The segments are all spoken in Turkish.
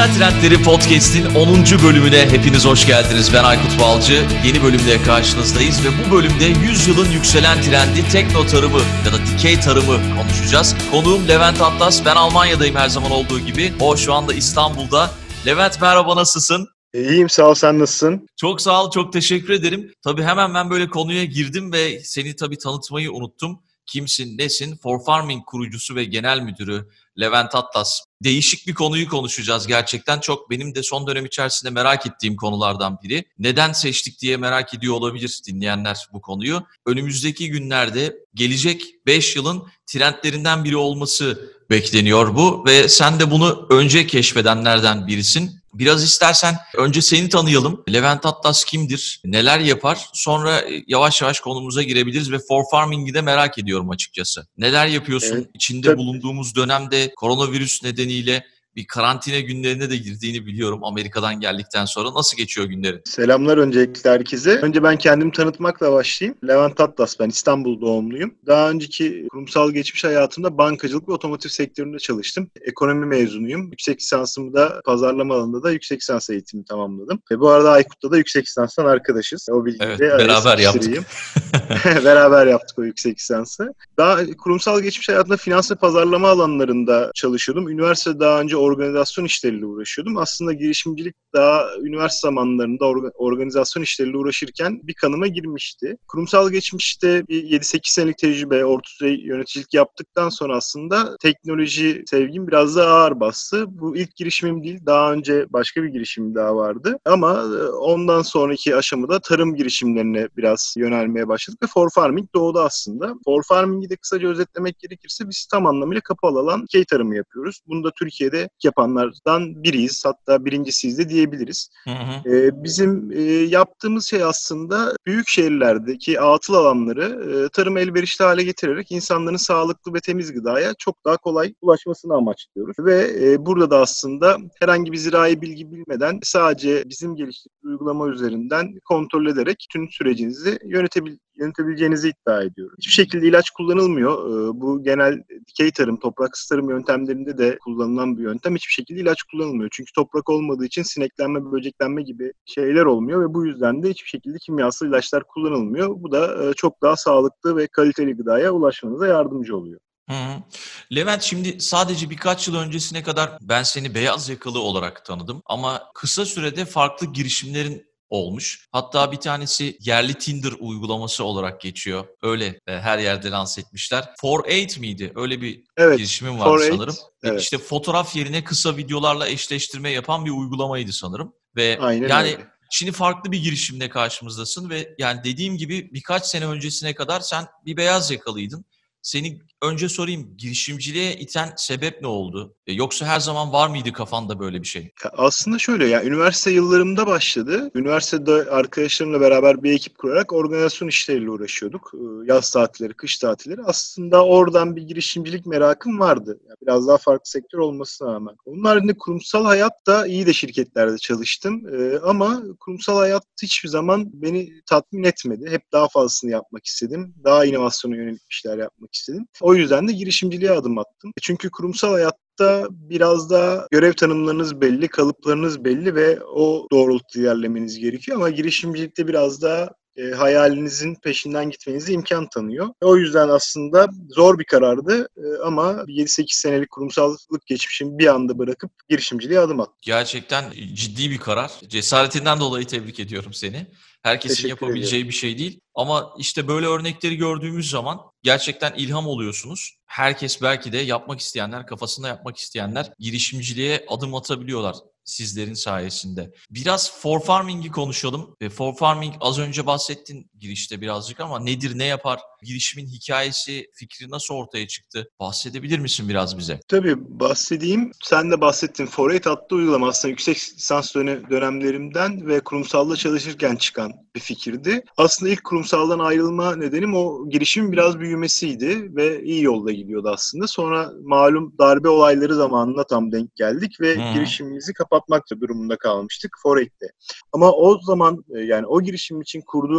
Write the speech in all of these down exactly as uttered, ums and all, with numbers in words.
Yükselen Trendleri Podcast'in onuncu bölümüne hepiniz hoş geldiniz. Ben Aykut Balcı. Yeni bölümde karşınızdayız ve bu bölümde yüz yılın yükselen trendi tekno tarımı ya da dikey tarımı konuşacağız. Konuğum Levent Atlas. Ben Almanya'dayım her zaman olduğu gibi. O şu anda İstanbul'da. Levent merhaba, nasılsın? İyiyim, sağ ol, sen nasılsın? Çok sağ ol, çok teşekkür ederim. Tabii hemen ben böyle konuya girdim ve seni tabii tanıtmayı unuttum. Kimsin, nesin? For Farming kurucusu ve genel müdürü Levent Atlas. Değişik bir konuyu konuşacağız gerçekten. Çok benim de son dönem içerisinde merak ettiğim konulardan biri. Neden seçtik diye merak ediyor olabilir dinleyenler bu konuyu. Önümüzdeki günlerde gelecek beş yılın trendlerinden biri olması bekleniyor bu ve sen de bunu önce keşfedenlerden birisin. Biraz istersen önce seni tanıyalım. Levent Atlas kimdir? Neler yapar? Sonra yavaş yavaş konumuza girebiliriz ve For Farming'i de merak ediyorum açıkçası. Neler yapıyorsun? Evet, İçinde tabii. bulunduğumuz dönemde koronavirüs nedeniyle bir karantina günlerine de girdiğini biliyorum Amerika'dan geldikten sonra. Nasıl geçiyor günlerin? Selamlar öncelikle herkese. Önce ben kendimi tanıtmakla başlayayım. Levent Atlas, ben İstanbul doğumluyum. Daha önceki kurumsal geçmiş hayatımda bankacılık ve otomotiv sektöründe çalıştım. Ekonomi mezunuyum. Yüksek lisansımı da pazarlama alanında da yüksek lisans eğitimi tamamladım. Ve bu arada Aykut'ta da yüksek lisanstan arkadaşız. O bilgiyi Evet, de beraber yaptık. Beraber yaptık o yüksek lisansı. Daha kurumsal geçmiş hayatımda finans ve pazarlama alanlarında çalışıyordum. Üniversitede daha önce organizasyon işleriyle uğraşıyordum. Aslında girişimcilik daha üniversite zamanlarında orga, organizasyon işleriyle uğraşırken bir kanıma girmişti. Kurumsal geçmişte bir yedi sekiz senelik tecrübe, orta düzey yöneticilik yaptıktan sonra aslında teknoloji sevgim biraz daha ağır bastı. Bu ilk girişimim değil, daha önce başka bir girişimim daha vardı. Ama ondan sonraki aşamada tarım girişimlerine biraz yönelmeye başladık ve For Farming doğdu aslında. For Farming'i de kısaca özetlemek gerekirse biz tam anlamıyla kapalı alan dikey tarımı yapıyoruz. Bunu da Türkiye'de yapanlardan biriyiz. Hatta birincisiyiz de diyebiliriz. Hı hı. Ee, bizim e, yaptığımız şey aslında büyük şehirlerdeki atıl alanları e, tarım elverişli hale getirerek insanların sağlıklı ve temiz gıdaya çok daha kolay ulaşmasını amaçlıyoruz. Ve e, burada da aslında herhangi bir zirai bilgi bilmeden sadece bizim geliştirdiğimiz uygulama üzerinden kontrol ederek tüm sürecinizi yönetebil yönetebileceğinizi iddia ediyoruz. Hiçbir şekilde ilaç kullanılmıyor. Ee, bu genel dikey tarım, topraksız tarım yöntemlerinde de kullanılan bir yöntem. Hiçbir şekilde ilaç kullanılmıyor. Çünkü toprak olmadığı için sineklenme, böceklenme gibi şeyler olmuyor ve bu yüzden de hiçbir şekilde kimyasal ilaçlar kullanılmıyor. Bu da e, çok daha sağlıklı ve kaliteli gıdaya ulaşmanıza yardımcı oluyor. Hı hı. Levent, şimdi sadece birkaç yıl öncesine kadar ben seni beyaz yakalı olarak tanıdım ama kısa sürede farklı girişimlerin olmuş. Hatta bir tanesi yerli Tinder uygulaması olarak geçiyor. Öyle e, her yerde lanse etmişler. For Eight miydi? Öyle bir Evet, girişimin vardı For Eight, sanırım. E, evet. İşte fotoğraf yerine kısa videolarla eşleştirme yapan bir uygulamaydı sanırım. Ve Aynen yani öyle. şimdi farklı bir girişimle karşımızdasın ve yani dediğim gibi birkaç sene öncesine kadar sen bir beyaz yakalıydın. Seni önce sorayım, girişimciliğe iten sebep ne oldu? E, Yoksa her zaman var mıydı kafanda böyle bir şey? Ya aslında şöyle, ya üniversite yıllarımda başladı. Üniversitede arkadaşlarımla beraber bir ekip kurarak organizasyon işleriyle uğraşıyorduk. Ee, Yaz tatilleri, kış tatilleri. Aslında oradan bir girişimcilik merakım vardı. Yani biraz daha farklı sektör olmasına rağmen. Onun haricinde kurumsal hayatta iyi de şirketlerde çalıştım. Ee, ama kurumsal hayat hiçbir zaman beni tatmin etmedi. Hep daha fazlasını yapmak istedim. Daha inovasyona yönelik bir şeyler yapmak istedim. O yüzden de girişimciliğe adım attım. Çünkü kurumsal hayat da biraz daha görev tanımlarınız belli, kalıplarınız belli ve o doğrultuda ilerlemeniz gerekiyor. Ama girişimcilikte biraz daha e, hayalinizin peşinden gitmenize imkan tanıyor. O yüzden aslında zor bir karardı e, ama yedi sekiz senelik kurumsallık geçmişimi bir anda bırakıp girişimciliğe adım attım. Gerçekten ciddi bir karar. Cesaretinden dolayı tebrik ediyorum seni. Herkesin Teşekkür yapabileceği ediyorum. bir şey değil. Ama işte böyle örnekleri gördüğümüz zaman gerçekten ilham oluyorsunuz. Herkes, belki de yapmak isteyenler, kafasında yapmak isteyenler girişimciliğe adım atabiliyorlar sizlerin sayesinde. Biraz For Farming'i konuşalım. E, For Farming, az önce bahsettin girişte birazcık ama nedir, ne yapar? Girişimin hikayesi, fikri nasıl ortaya çıktı? Bahsedebilir misin biraz bize? Tabii bahsedeyim. Sen de bahsettin. For Eight adlı uygulama aslında yüksek lisans dönem, dönemlerimden ve kurumsalda çalışırken çıkan bir fikirdi. Aslında ilk kurumsaldan ayrılma nedenim o girişimin biraz büyümesiydi ve iyi yolda gidiyordu aslında. Sonra malum darbe olayları zamanında tam denk geldik ve Hı hı. girişimimizi kapatmak durumunda kalmıştık For Eight'te. Ama o zaman yani o girişim için kurduğum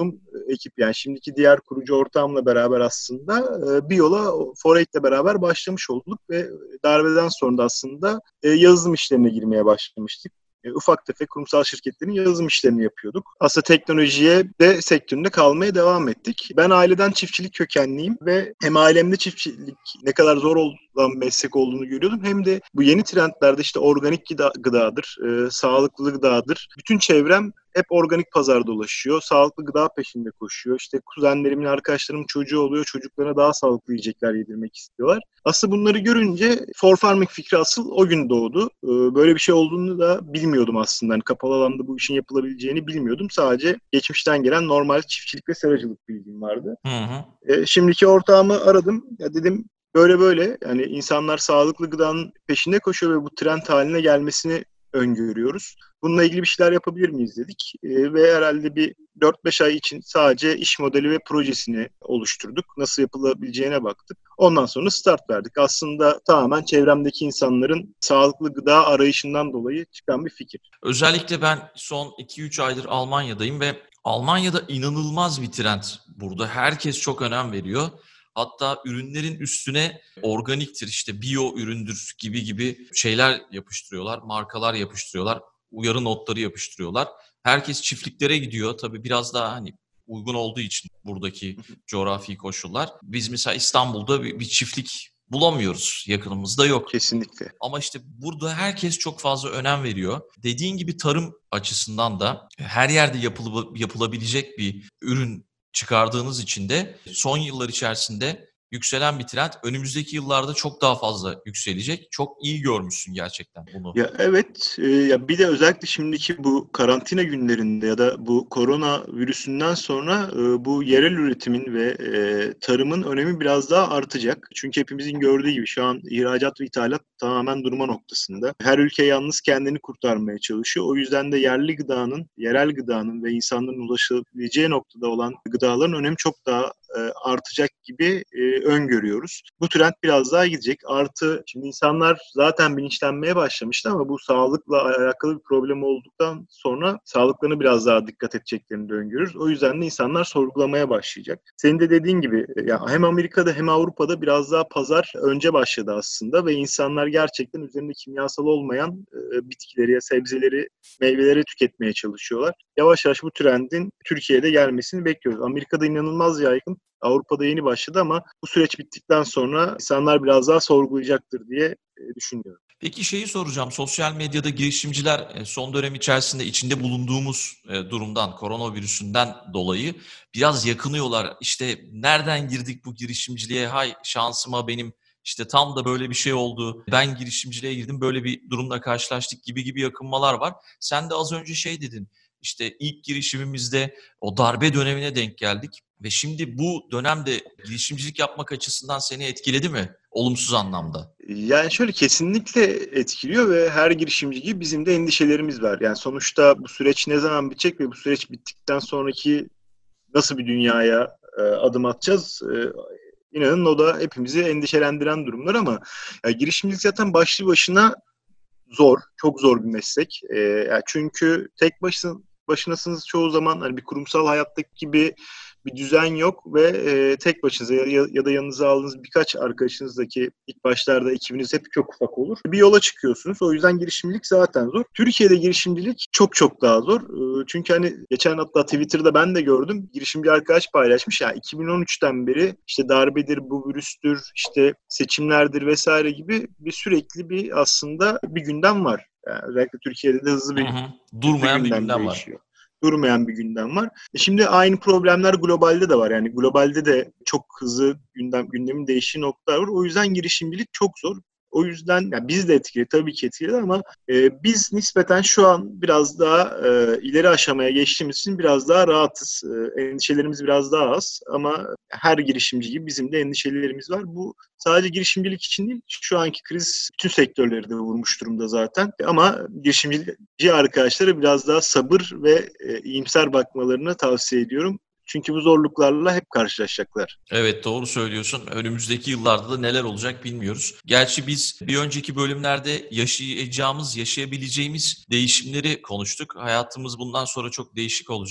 ekip yani şimdiki diğer kurucu ortağımla beraber aslında e, bir yola Forate'le beraber başlamış olduk ve darbeden sonra da aslında e, yazılım işlerine girmeye başlamıştık. E, ufak tefek kurumsal şirketlerin yazılım işlerini yapıyorduk. Aslında teknolojiye de sektöründe kalmaya devam ettik. Ben aileden çiftçilik kökenliyim ve hem ailemde çiftçilik ne kadar zor olan meslek olduğunu görüyordum hem de bu yeni trendlerde işte organik gıda, gıdadır, e, sağlıklı gıdadır. Bütün çevrem hep organik pazarda dolaşıyor. Sağlıklı gıda peşinde koşuyor. İşte kuzenlerimin, arkadaşlarımın çocuğu oluyor. Çocuklarına daha sağlıklı yiyecekler yedirmek istiyorlar. Aslında bunları görünce For Farming fikri asıl o gün doğdu. Böyle bir şey olduğunu da bilmiyordum aslında. Yani kapalı alanda bu işin yapılabileceğini bilmiyordum. Sadece geçmişten gelen normal çiftçilik ve seracılık bilgim vardı. Hı hı. E, şimdiki ortağımı aradım. Ya dedim böyle böyle yani insanlar sağlıklı gıdanın peşinde koşuyor ve bu trend haline gelmesini öngörüyoruz. Bununla ilgili bir şeyler yapabilir miyiz dedik. E, ve herhalde bir dört beş ay için sadece iş modeli ve projesini oluşturduk. Nasıl yapılabileceğine baktık. Ondan sonra start verdik. Aslında tamamen çevremdeki insanların sağlıklı gıda arayışından dolayı çıkan bir fikir. Özellikle ben son iki üç aydır Almanya'dayım ve Almanya'da inanılmaz bir trend burada. Herkes çok önem veriyor. Hatta ürünlerin üstüne organiktir, işte biyo üründür gibi gibi şeyler yapıştırıyorlar, markalar yapıştırıyorlar, uyarı notları yapıştırıyorlar. Herkes çiftliklere gidiyor. Tabii biraz daha hani uygun olduğu için buradaki coğrafi koşullar. Biz mesela İstanbul'da bir, bir çiftlik bulamıyoruz. Yakınımızda yok. Kesinlikle. Ama işte burada herkes çok fazla önem veriyor. Dediğin gibi tarım açısından da her yerde yapılı, yapılabilecek bir ürün çıkardığınız için de son yıllar içerisinde yükselen bir trend önümüzdeki yıllarda çok daha fazla yükselecek. Çok iyi görmüşsün gerçekten bunu. Ya evet, e, ya bir de özellikle şimdiki bu karantina günlerinde ya da bu korona virüsünden sonra e, bu yerel üretimin ve e, tarımın önemi biraz daha artacak. Çünkü hepimizin gördüğü gibi şu an ihracat ve ithalat tamamen durma noktasında. Her ülke yalnız kendini kurtarmaya çalışıyor. O yüzden de yerli gıdanın, yerel gıdanın ve insanların ulaşabileceği noktada olan gıdaların önemi çok daha e, artacak gibi e, öngörüyoruz. Bu trend biraz daha gidecek. Artı şimdi insanlar zaten bilinçlenmeye başlamıştı ama bu sağlıkla alakalı bir problem olduktan sonra sağlıklarına biraz daha dikkat edeceklerini de öngörüyoruz. O yüzden de insanlar sorgulamaya başlayacak. Senin de dediğin gibi ya hem Amerika'da hem Avrupa'da biraz daha pazar önce başladı aslında ve insanlar gerçekten üzerinde kimyasal olmayan e, bitkileri, sebzeleri, meyveleri tüketmeye çalışıyorlar. Yavaş yavaş bu trendin Türkiye'de gelmesini bekliyoruz. Amerika'da inanılmaz yaygın. Avrupa'da yeni başladı ama bu süreç bittikten sonra insanlar biraz daha sorgulayacaktır diye düşünüyorum. Peki şeyi soracağım. Sosyal medyada girişimciler son dönem içerisinde içinde bulunduğumuz durumdan, koronavirüsünden dolayı biraz yakınıyorlar. İşte nereden girdik bu girişimciliğe? Hay şansıma benim işte tam da böyle bir şey oldu. Ben girişimciliğe girdim, böyle bir durumla karşılaştık gibi gibi yakınmalar var. Sen de az önce şey dedin. İşte ilk girişimimizde o darbe dönemine denk geldik. Ve şimdi bu dönemde girişimcilik yapmak açısından seni etkiledi mi? Olumsuz anlamda. Yani şöyle kesinlikle etkiliyor ve her girişimci gibi bizim de endişelerimiz var. Yani sonuçta bu süreç ne zaman bitecek ve bu süreç bittikten sonraki nasıl bir dünyaya e, adım atacağız? E, inanın o da hepimizi endişelendiren durumlar ama ya, girişimcilik zaten başlı başına zor, çok zor bir meslek. E, yani çünkü tek başına, başınasınız çoğu zaman hani bir kurumsal hayattaki gibi bir düzen yok ve e, tek başınıza ya, ya da yanınıza aldığınız birkaç arkadaşınızdaki ilk başlarda ekibiniz hep çok ufak olur. Bir yola çıkıyorsunuz. O yüzden girişimcilik zaten zor. Türkiye'de girişimcilik çok çok daha zor. E, çünkü hani geçen hatta Twitter'da ben de gördüm. Girişimci arkadaş paylaşmış. Yani iki bin on üçten beri işte darbedir, bu virüstür, işte seçimlerdir vesaire gibi bir sürekli bir aslında bir gündem var. Yani özellikle Türkiye'de de hızlı bir, hı hı. Durmayan bir gündem değişiyor. var. Durmayan bir gündem var. Şimdi aynı problemler globalde de var. Yani globalde de çok hızlı gündem gündemin değiştiği noktalar var. O yüzden girişimcilik çok zor. O yüzden yani biz de etkili, tabii ki etkili ama e, biz nispeten şu an biraz daha e, ileri aşamaya geçtiğimiz için biraz daha rahatız. E, endişelerimiz biraz daha az ama her girişimci gibi bizim de endişelerimiz var. Bu sadece girişimcilik için değil, şu anki kriz bütün sektörleri de vurmuş durumda zaten. Ama girişimci arkadaşlara biraz daha sabır ve e, iyimser bakmalarını tavsiye ediyorum. Çünkü bu zorluklarla hep karşılaşacaklar. Evet, doğru söylüyorsun. Önümüzdeki yıllarda da neler olacak bilmiyoruz. Gerçi biz bir önceki bölümlerde yaşayacağımız, yaşayabileceğimiz değişimleri konuştuk. Hayatımız bundan sonra çok değişik olacak.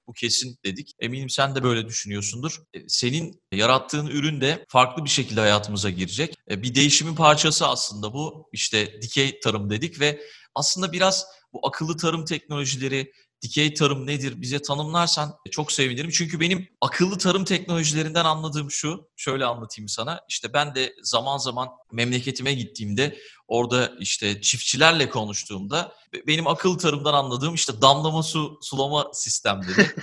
Bu kesin dedik. Eminim sen de böyle düşünüyorsundur. E, senin yarattığın ürün de farklı bir şekilde hayatımıza girecek. E, bir değişimin parçası aslında bu. İşte dikey tarım dedik ve aslında biraz bu akıllı tarım teknolojileri, dikey tarım nedir bize tanımlarsan çok sevinirim. Çünkü benim akıllı tarım teknolojilerinden anladığım şu, şöyle anlatayım sana. İşte ben de zaman zaman memleketime gittiğimde orada işte çiftçilerle konuştuğumda benim akıllı tarımdan anladığım işte damlama su sulama sistemleri.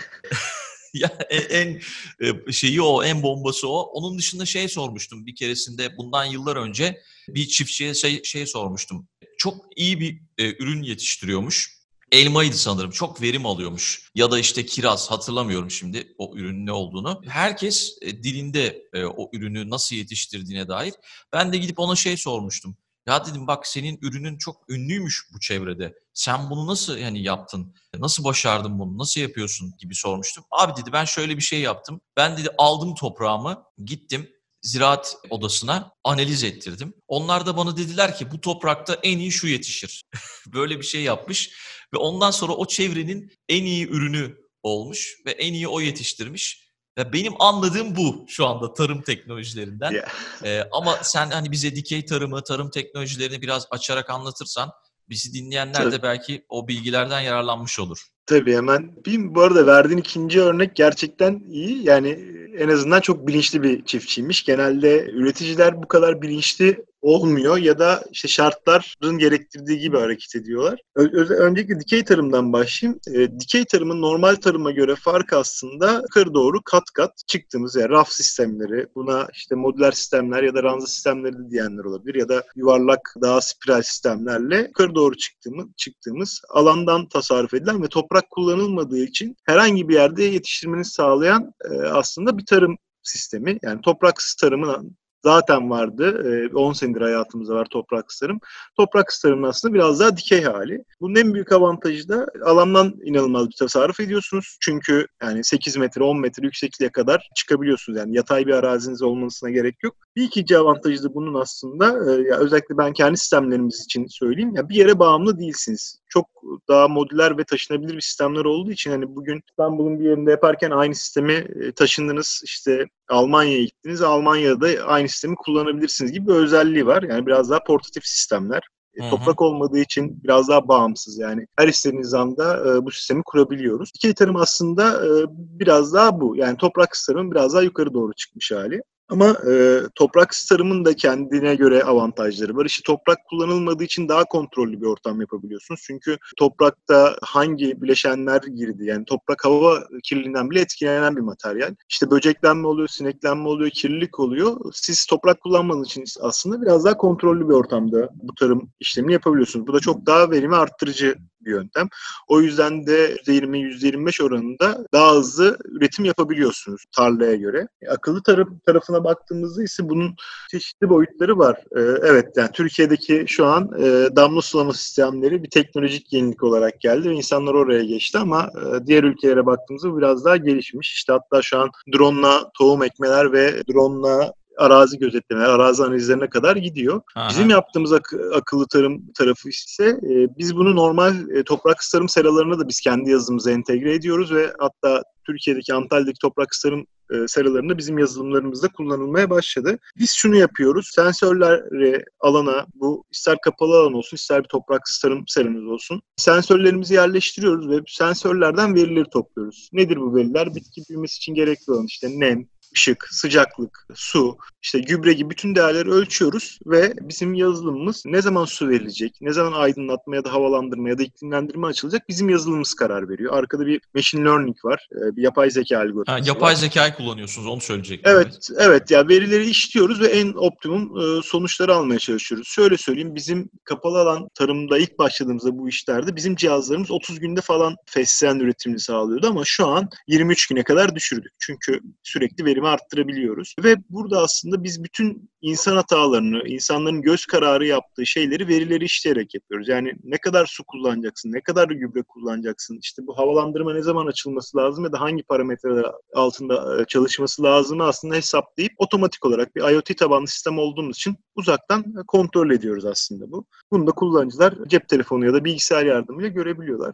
Ya en en şeyi o, en bombası o. Onun dışında şey sormuştum bir keresinde bundan yıllar önce bir çiftçiye şey, şey sormuştum. Çok iyi bir e, ürün yetiştiriyormuş. Elmaydı sanırım. Çok verim alıyormuş. Ya da işte kiraz hatırlamıyorum şimdi o ürünün ne olduğunu. Herkes e, dilinde e, o ürünü nasıl yetiştirdiğine dair. Ben de gidip ona şey sormuştum. Ya dedim bak senin ürünün çok ünlüymüş bu çevrede. Sen bunu nasıl yani yaptın? Nasıl başardın bunu? Nasıl yapıyorsun gibi sormuştum. Abi dedi ben şöyle bir şey yaptım. Ben dedi aldım toprağımı, gittim ziraat odasına analiz ettirdim. Onlar da bana dediler ki bu toprakta en iyi şu yetişir. Böyle bir şey yapmış ve ondan sonra o çevrenin en iyi ürünü olmuş ve en iyi o yetiştirmiş. Ve benim anladığım bu şu anda tarım teknolojilerinden. Ya. Ee, ama sen hani bize dikey tarımı, tarım teknolojilerini biraz açarak anlatırsan bizi dinleyenler Tabii. de belki o bilgilerden yararlanmış olur. Tabii hemen. Bir, bu arada verdiğin ikinci örnek gerçekten iyi. Yani en azından çok bilinçli bir çiftçiymiş. Genelde üreticiler bu kadar bilinçli olmuyor ya da işte şartların gerektirdiği gibi hareket ediyorlar. Ö- öncelikle dikey tarımdan başlayayım. E, dikey tarımın normal tarıma göre farkı aslında yukarı doğru kat kat çıktığımız yani raf sistemleri, buna işte modüler sistemler ya da ranza sistemleri de diyenler olabilir ya da yuvarlak daha spiral sistemlerle yukarı doğru çıktığımız, çıktığımız alandan tasarruf edilen ve toprak kullanılmadığı için herhangi bir yerde yetiştirmeni sağlayan e, aslında bir tarım sistemi. Yani topraksız tarımın zaten vardı. on senedir hayatımızda var topraksız tarım. Topraksız tarımın aslında biraz daha dikey hali. Bunun en büyük avantajı da alandan inanılmaz bir tasarruf ediyorsunuz. Çünkü yani sekiz metre, on metre yüksekliğe kadar çıkabiliyorsunuz. Yani yatay bir araziniz olmasına gerek yok. Bir ikinci avantajı da bunun aslında ya özellikle ben kendi sistemlerimiz için söyleyeyim. Ya bir yere bağımlı değilsiniz. Çok daha modüler ve taşınabilir bir sistemler olduğu için hani bugün İstanbul'un bir yerinde yaparken aynı sistemi taşındınız işte Almanya'ya gittiniz. Almanya'da aynı sistemi kullanabilirsiniz gibi bir özelliği var. Yani biraz daha portatif sistemler. Hı E, hı. toprak olmadığı için biraz daha bağımsız yani. Her istediğiniz anda e, bu sistemi kurabiliyoruz. Dikey tarım aslında e, biraz daha bu. Yani topraksız tarımın biraz daha yukarı doğru çıkmış hali. Ama e, topraksız tarımın da kendine göre avantajları var. İşte toprak kullanılmadığı için daha kontrollü bir ortam yapabiliyorsunuz. Çünkü toprakta hangi bileşenler girdi? Yani toprak hava kirliliğinden bile etkilenen bir materyal. İşte böceklenme oluyor, sineklenme oluyor, kirlilik oluyor. Siz toprak kullanmadığınız için aslında biraz daha kontrollü bir ortamda bu tarım işlemini yapabiliyorsunuz. Bu da çok daha verimi arttırıcı bir yöntem. O yüzden de yüzde yirmi yüzde yirmi beş oranında daha hızlı üretim yapabiliyorsunuz tarlaya göre. E, akıllı tarım tarafına baktığımızda ise bunun çeşitli boyutları var. E, evet yani Türkiye'deki şu an e, damla sulama sistemleri bir teknolojik yenilik olarak geldi ve insanlar oraya geçti ama e, diğer ülkelere baktığımızda biraz daha gelişmiş. İşte hatta şu an drone'la tohum ekmeler ve drone'la arazi gözetlemeler, arazi analizlerine kadar gidiyor. Bizim Aha. yaptığımız ak- akıllı tarım tarafı ise e, biz bunu normal e, toprak tarım seralarına da biz kendi yazılımımıza entegre ediyoruz ve hatta Türkiye'deki Antalya'daki toprak tarım e, seralarında bizim yazılımlarımızda kullanılmaya başladı. Biz şunu yapıyoruz. Sensörleri alana, bu ister kapalı alan olsun, ister bir toprak tarım seramız olsun. Sensörlerimizi yerleştiriyoruz ve sensörlerden verileri topluyoruz. Nedir bu veriler? Bitki büyümesi için gerekli olan işte nem, ışık, sıcaklık, su, işte gübre gibi bütün değerleri ölçüyoruz ve bizim yazılımımız ne zaman su verilecek, ne zaman aydınlatma ya da havalandırma ya da iklimlendirme açılacak bizim yazılımımız karar veriyor. Arkada bir machine learning var, bir yapay zeka Ha, algoritması yapay var. zekayı kullanıyorsunuz onu söyleyecektim evet. Evet, evet ya verileri işliyoruz ve en optimum e, sonuçları almaya çalışıyoruz. Şöyle söyleyeyim, bizim kapalı alan tarımda ilk başladığımızda bu işlerde bizim cihazlarımız otuz günde falan fesleğen üretimini sağlıyordu ama şu an yirmi üç güne kadar düşürdük. Çünkü sürekli verimi arttırabiliyoruz. Ve burada aslında biz bütün insan hatalarını, insanların göz kararı yaptığı şeyleri verileri işleyerek yapıyoruz. Yani ne kadar su kullanacaksın, ne kadar gübre kullanacaksın, işte bu havalandırma ne zaman açılması lazım ya da hangi parametreler altında çalışması lazımı aslında hesaplayıp otomatik olarak bir IoT tabanlı sistem olduğumuz için uzaktan kontrol ediyoruz aslında bu. Bunu da kullanıcılar cep telefonu ya da bilgisayar yardımıyla görebiliyorlar.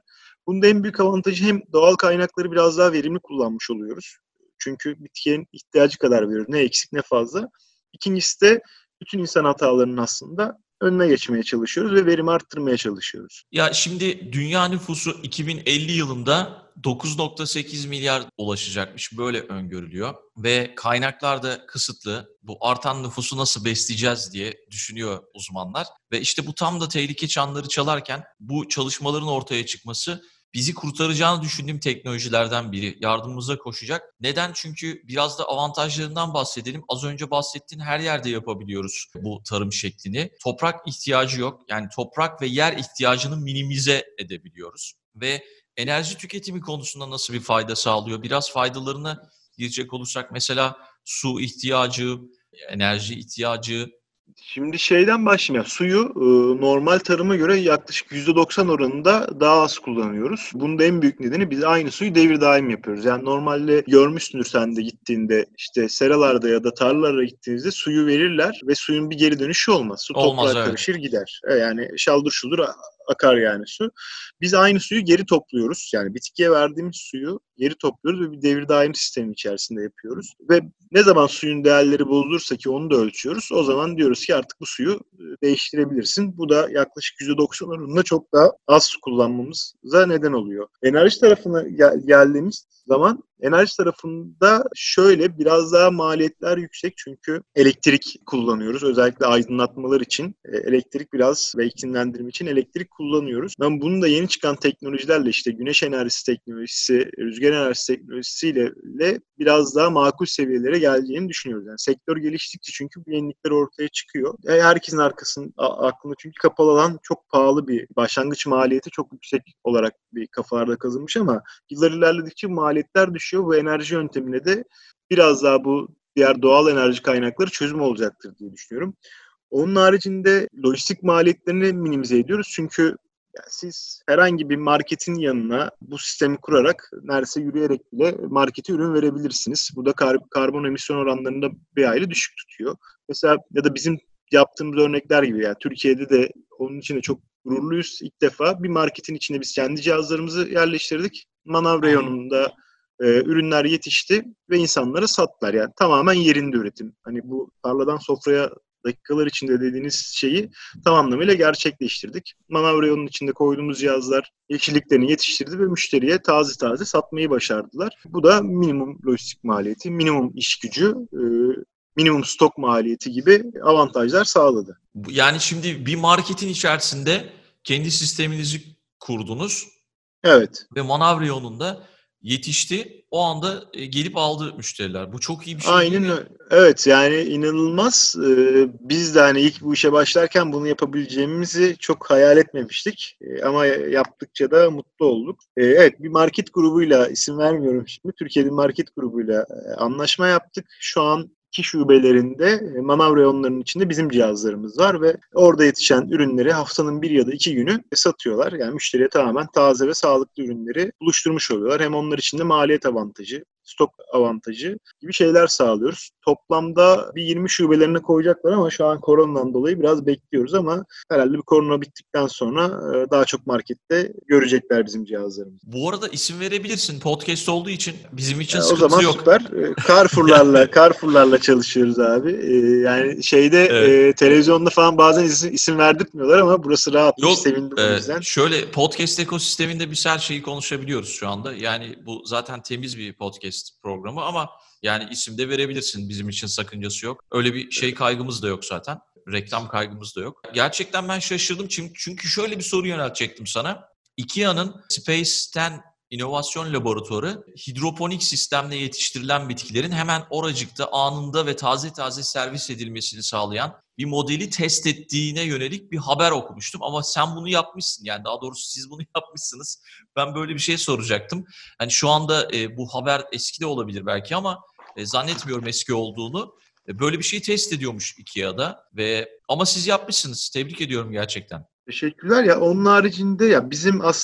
Bunda en büyük avantajı hem doğal kaynakları biraz daha verimli kullanmış oluyoruz. Çünkü bitkiye ihtiyacı kadar veriyoruz. Ne eksik ne fazla. İkincisi de bütün insan hatalarının aslında önüne geçmeye çalışıyoruz ve verimi arttırmaya çalışıyoruz. Ya şimdi dünya nüfusu iki bin elli yılında dokuz virgül sekiz milyar ulaşacakmış. Böyle öngörülüyor. Ve kaynaklar da kısıtlı. Bu artan nüfusu nasıl besleyeceğiz diye düşünüyor uzmanlar. Ve işte bu tam da tehlike çanları çalarken bu çalışmaların ortaya çıkması bizi kurtaracağını düşündüğüm teknolojilerden biri. Yardımımıza koşacak. Neden? Çünkü biraz da avantajlarından bahsedelim. Az önce bahsettiğin her yerde yapabiliyoruz bu tarım şeklini. Toprak ihtiyacı yok. Yani toprak ve yer ihtiyacını minimize edebiliyoruz. Ve enerji tüketimi konusunda nasıl bir fayda sağlıyor? Biraz faydalarına girecek olursak mesela su ihtiyacı, enerji ihtiyacı. Şimdi şeyden başlayayım. Yani suyu e, normal tarıma göre yaklaşık yüzde doksan oranında daha az kullanıyoruz. Bunun da en büyük nedeni biz aynı suyu devir daim yapıyoruz. Yani normalde görmüşsündür sen de gittiğinde işte seralarda ya da tarlalara gittiğinizde suyu verirler ve suyun bir geri dönüşü olmaz. Su Olmaz, toprağa evet. karışır gider. E, Yani şaldır şuldur akar yani su. Biz aynı suyu geri topluyoruz. Yani bitkiye verdiğimiz suyu geri topluyoruz ve bir devir daim sistemi içerisinde yapıyoruz. Ve ne zaman suyun değerleri bozulursa ki onu da ölçüyoruz. O zaman diyoruz ki artık bu suyu değiştirebilirsin. Bu da yaklaşık yüzde doksan oranında çok daha az su kullanmamıza neden oluyor. Enerji tarafına gel- geldiğimiz zaman enerji tarafında şöyle biraz daha maliyetler yüksek çünkü elektrik kullanıyoruz. Özellikle aydınlatmalar için elektrik biraz ve iklimlendirme için elektrik kullanıyoruz. Ben bunun da yeni çıkan teknolojilerle işte güneş enerjisi teknolojisi, rüzgar enerjisi teknolojisiyle biraz daha makul seviyelere geleceğini düşünüyoruz. Yani sektör geliştikçe çünkü bu yenilikler ortaya çıkıyor. Herkesin arkasında aklında çünkü kapalı alan çok pahalı bir başlangıç maliyeti çok yüksek olarak bir kafalarda kazınmış ama yıllar ilerledikçe maliyetler düşüyor. Bu enerji yöntemine de biraz daha bu diğer doğal enerji kaynakları çözüm olacaktır diye düşünüyorum. Onun haricinde lojistik maliyetlerini minimize ediyoruz. Çünkü yani siz herhangi bir marketin yanına bu sistemi kurarak neredeyse yürüyerek bile markete ürün verebilirsiniz. Bu da kar- karbon emisyon oranlarında bir aile düşük tutuyor. Mesela ya da bizim yaptığımız örnekler gibi yani Türkiye'de de onun için de çok gururluyuz. İlk defa bir marketin içine biz kendi cihazlarımızı yerleştirdik. Manav reyonunda e, ürünler yetişti ve insanlara sattılar. Yani tamamen yerinde üretim. Hani bu tarladan sofraya dakikalar içinde dediğiniz şeyi tam anlamıyla gerçekleştirdik. Manav reyonunun içinde koyduğumuz cihazlar yeşilliklerini yetiştirdi ve müşteriye taze taze satmayı başardılar. Bu da minimum lojistik maliyeti, minimum iş gücü, e, minimum stok maliyeti gibi avantajlar sağladı. Yani şimdi bir marketin içerisinde kendi sisteminizi kurdunuz. Evet. Ve manav reyonunda yetişti. O anda gelip aldı müşteriler. Bu çok iyi bir şey değil Aynen mi? öyle. Evet yani inanılmaz. Ee, biz de hani ilk bu işe başlarken bunu yapabileceğimizi çok hayal etmemiştik. Ee, ama yaptıkça da mutlu olduk. Ee, evet bir market grubuyla isim vermiyorum şimdi. Türkiye'nin market grubuyla e, anlaşma yaptık. Şu an iki şubelerinde e, manav reyonlarının içinde bizim cihazlarımız var ve orada yetişen ürünleri haftanın bir ya da iki günü satıyorlar. Yani müşteriye tamamen taze ve sağlıklı ürünleri buluşturmuş oluyorlar. Hem onlar için de maliyet avantajı, stok avantajı gibi şeyler sağlıyoruz. Toplamda bir yirmi şubelerine koyacaklar ama şu an koronadan dolayı biraz bekliyoruz ama herhalde bir korona bittikten sonra daha çok markette görecekler bizim cihazlarımızı. Bu arada isim verebilirsin. Podcast olduğu için bizim için Ya, sıkıntı o zaman yok. süper. Carrefour'larla Carrefour'larla çalışıyoruz abi. Ee, yani şeyde Evet. e, televizyonda falan bazen isim, isim verdirtmiyorlar ama burası rahat. Yok, Sevindim o e, yüzden. şöyle podcast ekosisteminde biz her şeyi konuşabiliyoruz şu anda. Yani bu zaten temiz bir podcast programı ama yani isim de verebilirsin. Bizim için sakıncası yok. Öyle bir şey kaygımız da yok zaten. Reklam kaygımız da yok. Gerçekten ben şaşırdım çünkü, çünkü şöyle bir soru yöneltecektim sana. IKEA'nın Space on İnovasyon Laboratuvarı hidroponik sistemle yetiştirilen bitkilerin hemen oracıkta anında ve taze taze servis edilmesini sağlayan bir modeli test ettiğine yönelik bir haber okumuştum. Ama sen bunu yapmışsın, yani daha doğrusu siz bunu yapmışsınız. Ben böyle bir şey soracaktım. Hani şu anda e, bu haber eski de olabilir belki ama e, zannetmiyorum eski olduğunu. E, böyle bir şey test ediyormuş IKEA'da ve ama siz yapmışsınız. Tebrik ediyorum gerçekten. Teşekkürler. Ya onun haricinde ya bizim aslında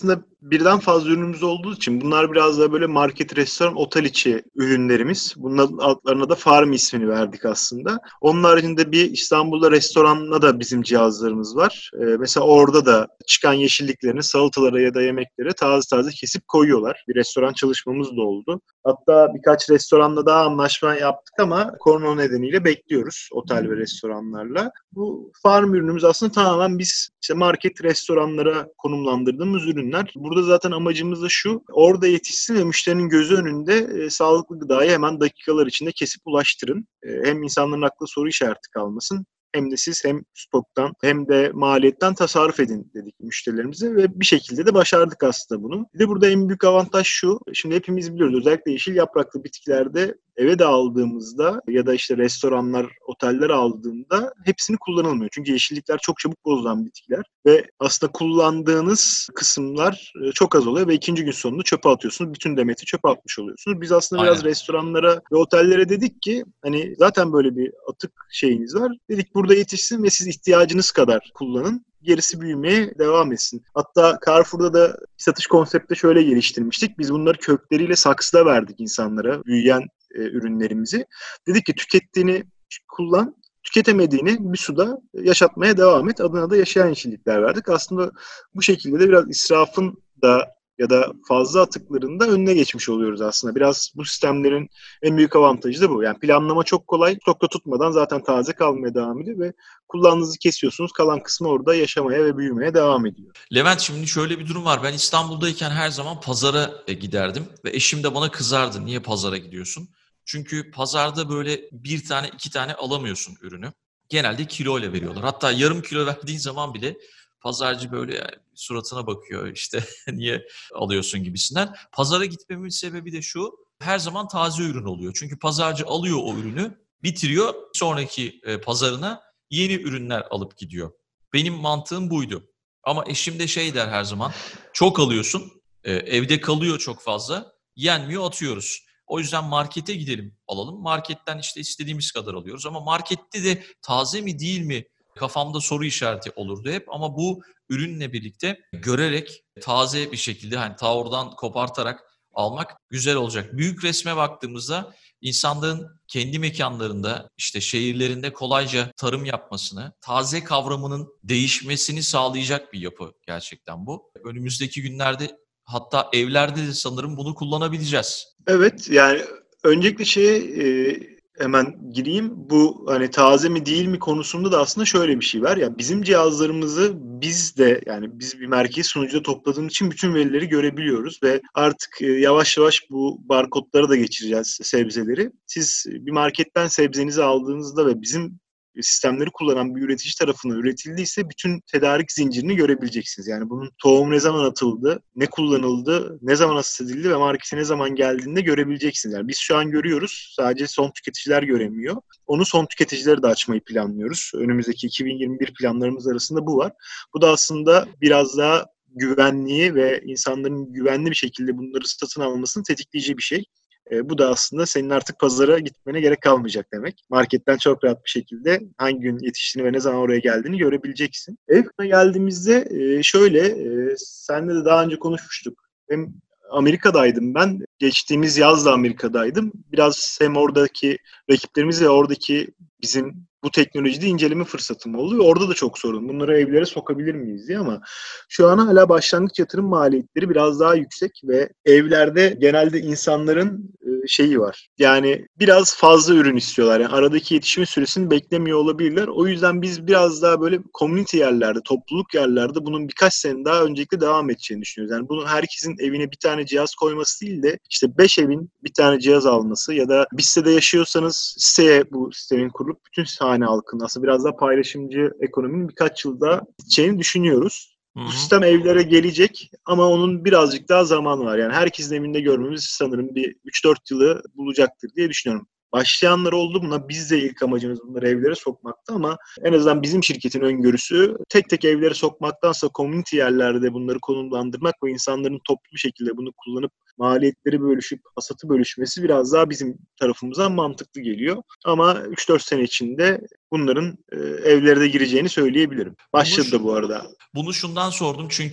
birden fazla ürünümüz olduğu için bunlar biraz da böyle market, restoran, otel içi ürünlerimiz. Bunların altlarına da farm ismini verdik aslında. Onun haricinde bir İstanbul'da restoranla da bizim cihazlarımız var. Ee, mesela orada da çıkan yeşilliklerini salatalara ya da yemeklere taze taze kesip koyuyorlar. Bir restoran çalışmamız da oldu. Hatta birkaç restoranla daha anlaşma yaptık ama korona nedeniyle bekliyoruz otel ve restoranlarla. Bu farm ürünümüz aslında tamamen biz işte market, restoranlara konumlandırdığımız ürünler. Burada zaten amacımız da şu, orada yetişsin ve müşterinin gözü önünde e, sağlıklı gıdayı hemen dakikalar içinde kesip ulaştırın. E, hem insanların aklında soru işareti kalmasın, hem de siz hem stoktan hem de maliyetten tasarruf edin dedik müşterilerimize ve bir şekilde de başardık aslında bunu. Bir de burada en büyük avantaj şu, şimdi hepimiz biliyoruz özellikle yeşil yapraklı bitkilerde eve de aldığımızda ya da işte restoranlar, oteller aldığında hepsini kullanılmıyor. Çünkü yeşillikler çok çabuk bozulan bitkiler ve aslında kullandığınız kısımlar çok az oluyor ve ikinci gün sonunda çöpe atıyorsunuz. Bütün demeti çöpe atmış oluyorsunuz. Biz aslında Aynen. biraz restoranlara ve otellere dedik ki hani zaten böyle bir atık şeyiniz var. Dedik burada yetişsin ve siz ihtiyacınız kadar kullanın. Gerisi büyümeye devam etsin. Hatta Carrefour'da da satış konsepti şöyle geliştirmiştik. Biz bunları kökleriyle saksıda verdik insanlara, büyüyen e, ürünlerimizi. Dedik ki tükettiğini kullan, tüketemediğini bir suda yaşatmaya devam et. Adına da yaşayan yeşillikler verdik. Aslında bu şekilde de biraz israfın da ya da fazla atıkların da önüne geçmiş oluyoruz aslında. Biraz bu sistemlerin en büyük avantajı da bu. Yani planlama çok kolay. Stokta tutmadan zaten taze kalmaya devam ediyor ve kullandığınızı kesiyorsunuz. Kalan kısmı orada yaşamaya ve büyümeye devam ediyor. Levent, şimdi şöyle bir durum var. Ben İstanbul'dayken her zaman pazara giderdim ve eşim de bana kızardı. Niye pazara gidiyorsun? Çünkü pazarda böyle bir tane iki tane alamıyorsun ürünü. Genelde kiloyla veriyorlar. Hatta yarım kilo verdiğin zaman bile pazarcı böyle yani suratına bakıyor işte niye alıyorsun gibisinden. Pazara gitmemin sebebi de şu, her zaman taze ürün oluyor. Çünkü pazarcı alıyor o ürünü, bitiriyor, sonraki e, pazarına yeni ürünler alıp gidiyor. Benim mantığım buydu. Ama eşim de şey der her zaman, çok alıyorsun, e, evde kalıyor çok fazla, yenmiyor, atıyoruz. O yüzden markete gidelim alalım. Marketten işte istediğimiz kadar alıyoruz. Ama markette de taze mi değil mi kafamda soru işareti olurdu hep. Ama bu ürünle birlikte görerek taze bir şekilde hani ta oradan kopartarak almak güzel olacak. Büyük resme baktığımızda insanların kendi mekanlarında işte şehirlerinde kolayca tarım yapmasını, taze kavramının değişmesini sağlayacak bir yapı gerçekten bu. Önümüzdeki günlerde hatta evlerde de sanırım bunu kullanabileceğiz. Evet, yani öncelikle şeye e, hemen gireyim. Bu hani taze mi değil mi konusunda da aslında şöyle bir şey var. Ya bizim cihazlarımızı biz de yani biz bir merkez sunucuda topladığımız için bütün verileri görebiliyoruz ve artık e, yavaş yavaş bu barkodlara da geçireceğiz sebzeleri. Siz bir marketten sebzenizi aldığınızda ve bizim sistemleri kullanan bir üretici tarafından üretildiyse bütün tedarik zincirini görebileceksiniz. Yani bunun tohum ne zaman atıldı, ne kullanıldı, ne zaman hasat edildi ve markete ne zaman geldiğinde görebileceksiniz. Yani biz şu an görüyoruz, sadece son tüketiciler göremiyor. Onu son tüketicileri de açmayı planlıyoruz. Önümüzdeki iki bin yirmi bir planlarımız arasında bu var. Bu da aslında biraz daha güvenliği ve insanların güvenli bir şekilde bunları satın almasını tetikleyici bir şey. E, bu da aslında senin artık pazara gitmene gerek kalmayacak demek. Marketten çok rahat bir şekilde hangi gün yetiştiğini ve ne zaman oraya geldiğini görebileceksin. Evkana geldiğimizde e, şöyle, e, seninle de daha önce konuşmuştuk. Hem Amerika'daydım ben. Geçtiğimiz yaz da Amerika'daydım. Biraz hem oradaki rakiplerimizle oradaki bizim bu teknolojide inceleme fırsatım oldu ve orada da çok sorun. Bunları evlere sokabilir miyiz diye ama şu an hala başlangıç yatırım maliyetleri biraz daha yüksek ve evlerde genelde insanların şeyi var. Yani biraz fazla ürün istiyorlar. Yani aradaki yetişme süresini beklemiyor olabilirler. O yüzden biz biraz daha böyle community yerlerde, topluluk yerlerde bunun birkaç sene daha öncelikle devam edeceğini düşünüyoruz. Yani bunun herkesin evine bir tane cihaz koyması değil de işte beş evin bir tane cihaz alması ya da bir sitede yaşıyorsanız siteye bu sistemin kurulup bütün hane halkının aslında biraz daha paylaşımcı ekonominin birkaç yılda gideceğini düşünüyoruz. Hı-hı. Bu sistem evlere gelecek ama onun birazcık daha zamanı var. Yani herkesin evinde görmemiz sanırım bir üç dört yılı bulacaktır diye düşünüyorum. Başlayanlar oldu buna. Biz de ilk amacımız bunları evlere sokmakta ama en azından bizim şirketin öngörüsü tek tek evlere sokmaktansa community yerlerde bunları konumlandırmak ve insanların toplu bir şekilde bunu kullanıp maliyetleri bölüşüp hasatı bölüşmesi biraz daha bizim tarafımızdan mantıklı geliyor. Ama üç dört sene içinde bunların e, evlere de gireceğini söyleyebilirim. Başladı da bu arada. Bunu şundan sordum çünkü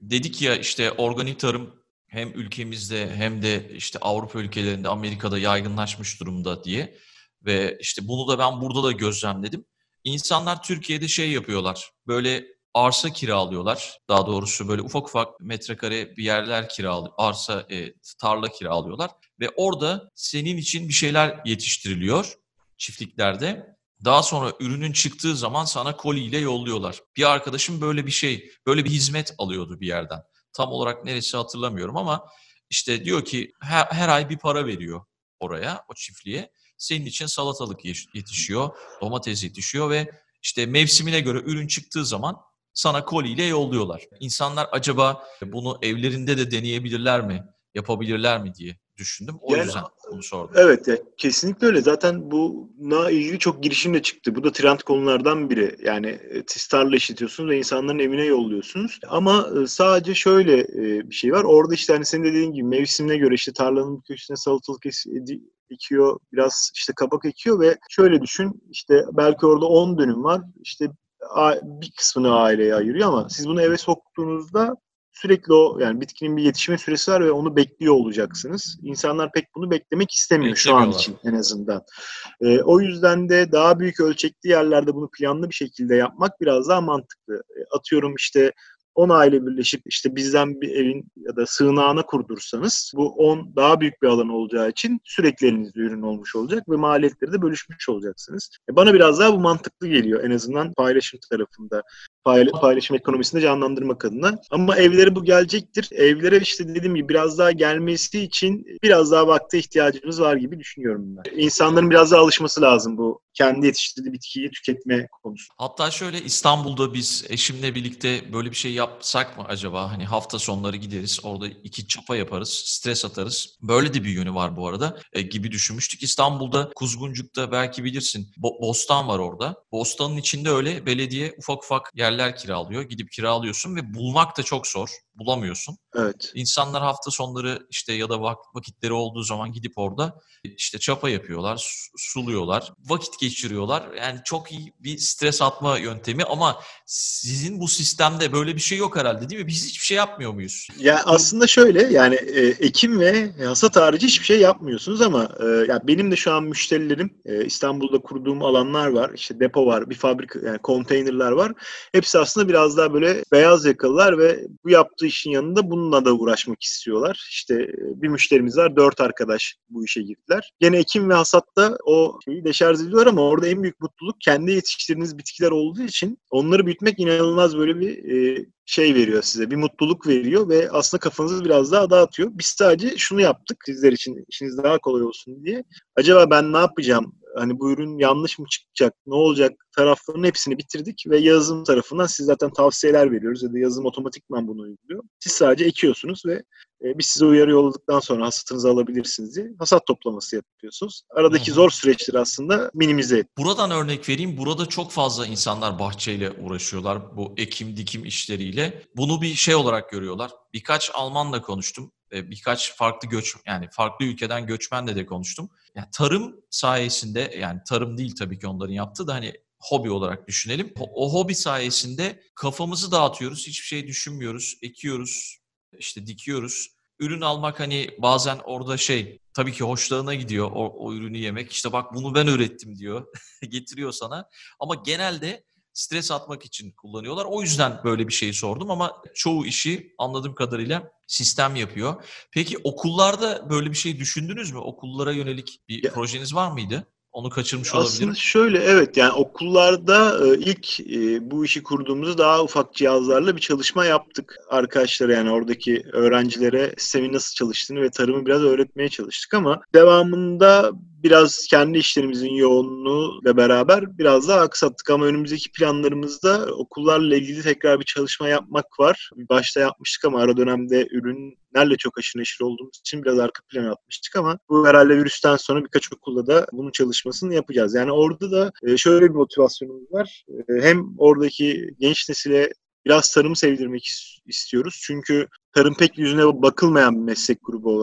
dedik ya işte organik tarım hem ülkemizde hem de işte Avrupa ülkelerinde, Amerika'da yaygınlaşmış durumda diye ve işte bunu da ben burada da gözlemledim. İnsanlar Türkiye'de şey yapıyorlar, böyle arsa kiralıyorlar. Daha doğrusu böyle ufak ufak metrekare bir yerler kiralıyor, arsa, e, tarla kiralıyorlar ve orada senin için bir şeyler yetiştiriliyor çiftliklerde. Daha sonra ürünün çıktığı zaman sana koliyle yolluyorlar. Bir arkadaşım böyle bir şey, böyle bir hizmet alıyordu bir yerden. Tam olarak neresi hatırlamıyorum ama işte diyor ki her, her ay bir para veriyor oraya, o çiftliğe. Senin için salatalık yetişiyor, domates yetişiyor ve işte mevsimine göre ürün çıktığı zaman sana koliyle yolluyorlar. İnsanlar acaba bunu evlerinde de deneyebilirler mi, yapabilirler mi diye düşündüm. O Yani yüzden bunu sordum. evet ya kesinlikle öyle. Zaten buna ilgili çok girişim de çıktı. Bu da trend konulardan biri. Yani e, siz tarla işletiyorsunuz ve insanların evine yolluyorsunuz. Ama e, sadece şöyle e, bir şey var. Orada işte hani senin dediğin gibi mevsimine göre işte tarlanın bir köşesine salatalık ekiyor, biraz işte kabak ekiyor ve şöyle düşün işte belki orada on dönüm var. İşte bir kısmını aileye ayırıyor ama siz bunu eve soktuğunuzda sürekli o yani bitkinin bir yetişme süresi var ve onu bekliyor olacaksınız. İnsanlar pek bunu beklemek istemiyor şu an için en azından. E, o yüzden de daha büyük ölçekli yerlerde bunu planlı bir şekilde yapmak biraz daha mantıklı. E, atıyorum işte on aile birleşip işte bizden bir evin ya da sığınağına kurdursanız bu on daha büyük bir alan olacağı için sürekli elinizde ürün olmuş olacak ve maliyetleri de bölüşmüş olacaksınız. E, bana biraz daha bu mantıklı geliyor en azından paylaşım tarafında. Paylaşım ekonomisinde canlandırmak adına. Ama evlere bu gelecektir. Evlere işte dediğim gibi biraz daha gelmesi için biraz daha vakte ihtiyacımız var gibi düşünüyorum ben. İnsanların biraz daha alışması lazım bu kendi yetiştirdiği bitkiyi tüketme konusu. Hatta şöyle İstanbul'da biz eşimle birlikte böyle bir şey yapsak mı acaba? Hani hafta sonları gideriz, orada iki çapa yaparız, stres atarız. Böyle de bir yönü var bu arada e, gibi düşünmüştük. İstanbul'da Kuzguncuk'ta belki bilirsin Bo- Bostan var orada. Bostanın içinde öyle belediye ufak ufak yerler kiralıyor. Gidip kiralıyorsun ve bulmak da çok zor. Bulamıyorsun. Evet. İnsanlar hafta sonları işte ya da vak- vakitleri olduğu zaman gidip orada işte çapa yapıyorlar, su- suluyorlar, vakit geçiriyorlar. Yani çok iyi bir stres atma yöntemi ama sizin bu sistemde böyle bir şey yok herhalde değil mi? Biz hiçbir şey yapmıyor muyuz? Ya aslında şöyle yani e, ekim ve hasat harici hiçbir şey yapmıyorsunuz ama e, ya benim de şu an müşterilerim e, İstanbul'da kurduğum alanlar var. İşte depo var, bir fabrika yani konteynerler var. Hepsi aslında biraz daha böyle beyaz yakalılar ve bu yaptığı işin yanında bununla da uğraşmak istiyorlar. İşte e, bir müşterimiz var, dört arkadaş bu işe girdiler. Gene ekim ve hasatta o şeyi deşarj ediyorlar ama orada en büyük mutluluk kendi yetiştirdiğiniz bitkiler olduğu için onları büyütmek inanılmaz böyle bir e, şey veriyor size, bir mutluluk veriyor ve aslında kafanızı biraz daha dağıtıyor. Biz sadece şunu yaptık sizler için, işiniz daha kolay olsun diye. Acaba ben ne yapacağım? Hani bu ürün yanlış mı çıkacak, ne olacak taraflarının hepsini bitirdik ve yazılım tarafından siz zaten tavsiyeler veriyoruz ya da yazılım otomatikman bunu uyguluyor. Siz sadece ekiyorsunuz ve e, biz size uyarı yolladıktan sonra hasatınızı alabilirsiniz diye hasat toplaması yapıyorsunuz. Aradaki Hı hı. zor süreçleri aslında minimize et. Buradan örnek vereyim. Burada çok fazla insanlar bahçeyle uğraşıyorlar bu ekim dikim işleriyle. Bunu bir şey olarak görüyorlar. Birkaç Almanla konuştum. Birkaç farklı göç yani farklı ülkeden göçmenle de konuştum. Yani tarım sayesinde yani tarım değil tabii ki onların yaptığı da hani hobi olarak düşünelim. O, o hobi sayesinde kafamızı dağıtıyoruz. Hiçbir şey düşünmüyoruz. Ekiyoruz, işte dikiyoruz. Ürün almak hani bazen orada şey tabii ki hoşlarına gidiyor o, o ürünü yemek. İşte bak bunu ben ürettim diyor. Getiriyor sana. Ama genelde stres atmak için kullanıyorlar. O yüzden böyle bir şeyi sordum ama çoğu işi anladığım kadarıyla sistem yapıyor. Peki okullarda böyle bir şey düşündünüz mü? Okullara yönelik bir Ya, projeniz var mıydı? Onu kaçırmış aslında olabilirim. şöyle evet yani okullarda e, ilk e, bu işi kurduğumuzda daha ufak cihazlarla bir çalışma yaptık. Arkadaşlara yani oradaki öğrencilere sistemin nasıl çalıştığını ve tarımı biraz öğretmeye çalıştık ama devamında biraz kendi işlerimizin yoğunluğuyla beraber biraz daha aksattık ama önümüzdeki planlarımızda okullarla ilgili tekrar bir çalışma yapmak var. Başta yapmıştık ama ara dönemde ürünlerle çok aşırı neşir olduğumuz için biraz arka plana atmıştık ama bu herhalde virüsten sonra birkaç okulda da bunun çalışmasını yapacağız. Yani orada da şöyle bir motivasyonumuz var. Hem oradaki genç nesile biraz tarımı sevdirmek istiyoruz. Çünkü tarım pek yüzüne bakılmayan bir meslek grubu olarak